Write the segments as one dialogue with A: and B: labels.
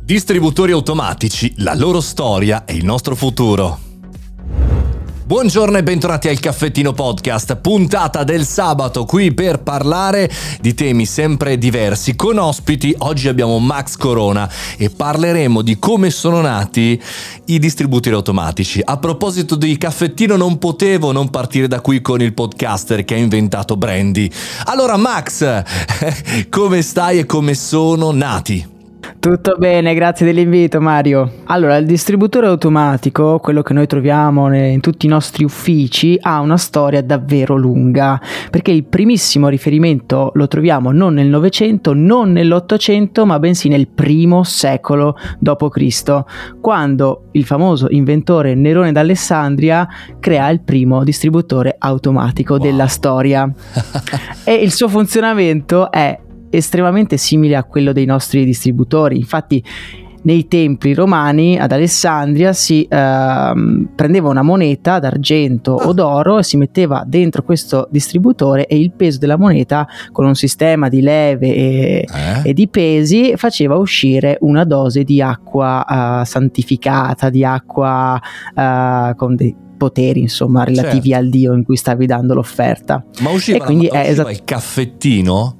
A: Distributori automatici, la loro storia e il nostro futuro. Buongiorno e bentornati al Caffettino Podcast, puntata del sabato, qui per parlare di temi sempre diversi. Con ospiti, oggi abbiamo Max Corona e parleremo di come sono nati i distributori automatici. A proposito di caffettino, non potevo non partire da qui con il podcaster che ha inventato Brandy. Allora Max, come stai e come sono nati?
B: Tutto bene, grazie dell'invito Mario. Allora, il distributore automatico, quello che noi troviamo in tutti i nostri uffici, ha una storia davvero lunga, perché il primissimo riferimento lo troviamo non nel Novecento, non nell'Ottocento, ma bensì nel primo secolo d.C., quando il famoso inventore Nerone d'Alessandria crea il primo distributore automatico della storia. E il suo funzionamento è estremamente simile a quello dei nostri distributori. Infatti nei templi romani ad Alessandria si prendeva una moneta d'argento o d'oro e si metteva dentro questo distributore, e il peso della moneta, con un sistema di leve e di pesi, faceva uscire una dose di acqua santificata, di acqua con dei poteri, insomma, relativi al dio in cui stavi dando l'offerta.
A: Ma usciva il caffettino?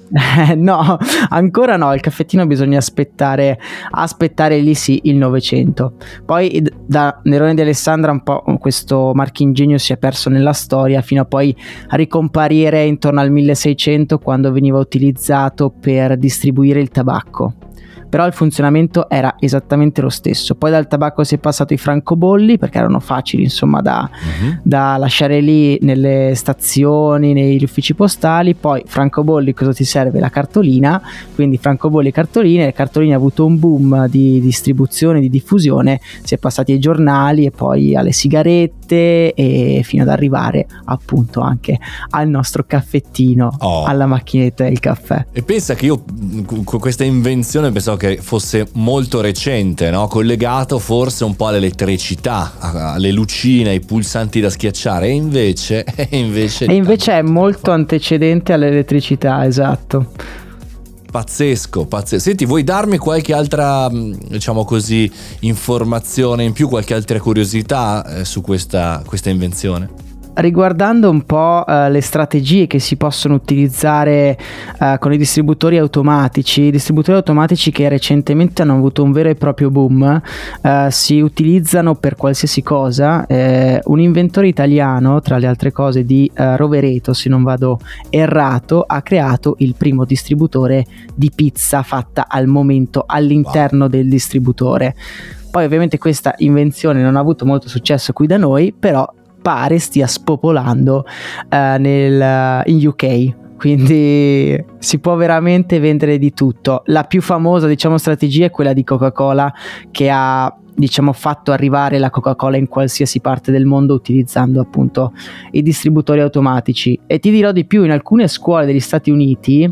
B: No, ancora no, il caffettino bisogna aspettare lì sì il Novecento. Poi da Nerone di Alessandria un po' questo marchingegno si è perso nella storia, fino a poi a ricomparire intorno al 1600, quando veniva utilizzato per distribuire il tabacco. Però il funzionamento era esattamente lo stesso. Poi dal tabacco si è passato ai francobolli, perché erano facili, insomma, da lasciare lì nelle stazioni, negli uffici postali. Poi francobolli, cosa ti serve? La cartolina, quindi francobolli e cartoline. Le cartoline ha avuto un boom di distribuzione, di diffusione, si è passati ai giornali e poi alle sigarette, e fino ad arrivare appunto anche al nostro caffettino, alla macchinetta del caffè.
A: E pensa che io con questa invenzione pensavo che fosse molto recente, no? Collegato forse un po' all'elettricità, alle lucine, ai pulsanti da schiacciare, e invece
B: è molto antecedente all'elettricità, esatto.
A: Pazzesco. Senti, vuoi darmi qualche altra, diciamo così, informazione in più, qualche altra curiosità su questa invenzione?
B: Riguardando un po' le strategie che si possono utilizzare con i distributori automatici che recentemente hanno avuto un vero e proprio boom, si utilizzano per qualsiasi cosa. Un inventore italiano, tra le altre cose di Rovereto, se non vado errato, ha creato il primo distributore di pizza fatta al momento all'interno del distributore. Poi ovviamente questa invenzione non ha avuto molto successo qui da noi, però pare stia spopolando in UK, quindi si può veramente vendere di tutto. La più famosa, diciamo, strategia è quella di Coca-Cola, che ha, diciamo, fatto arrivare la Coca-Cola in qualsiasi parte del mondo utilizzando appunto i distributori automatici. E ti dirò di più, in alcune scuole degli Stati Uniti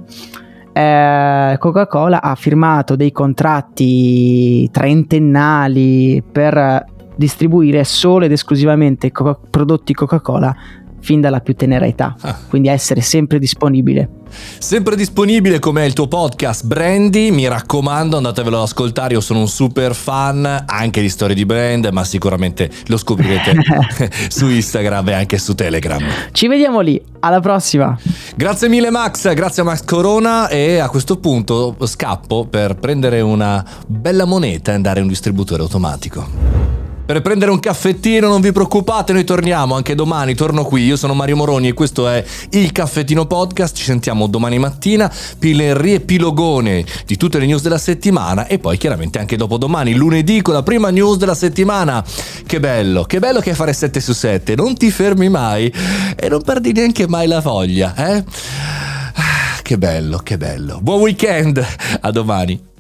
B: Coca-Cola ha firmato dei contratti trentennali per distribuire solo ed esclusivamente prodotti Coca-Cola fin dalla più tenera età, quindi essere sempre disponibile come è il tuo podcast Brandy. Mi raccomando, andatevelo ad ascoltare, io sono un super fan anche di storie di brand, ma sicuramente lo scoprirete su Instagram e anche su Telegram. Ci vediamo lì, alla prossima.
A: Grazie mille Max, grazie a Max Corona, e a questo punto scappo per prendere una bella moneta e andare in un distributore automatico per prendere un caffettino. Non vi preoccupate, noi torniamo anche domani, torno qui, io sono Mario Moroni e questo è il Caffettino Podcast. Ci sentiamo domani mattina per il riepilogone di tutte le news della settimana, e poi chiaramente anche dopodomani, lunedì, con la prima news della settimana. Che bello che è fare 7 su 7, non ti fermi mai e non perdi neanche mai la voglia, Che bello. Buon weekend, a domani.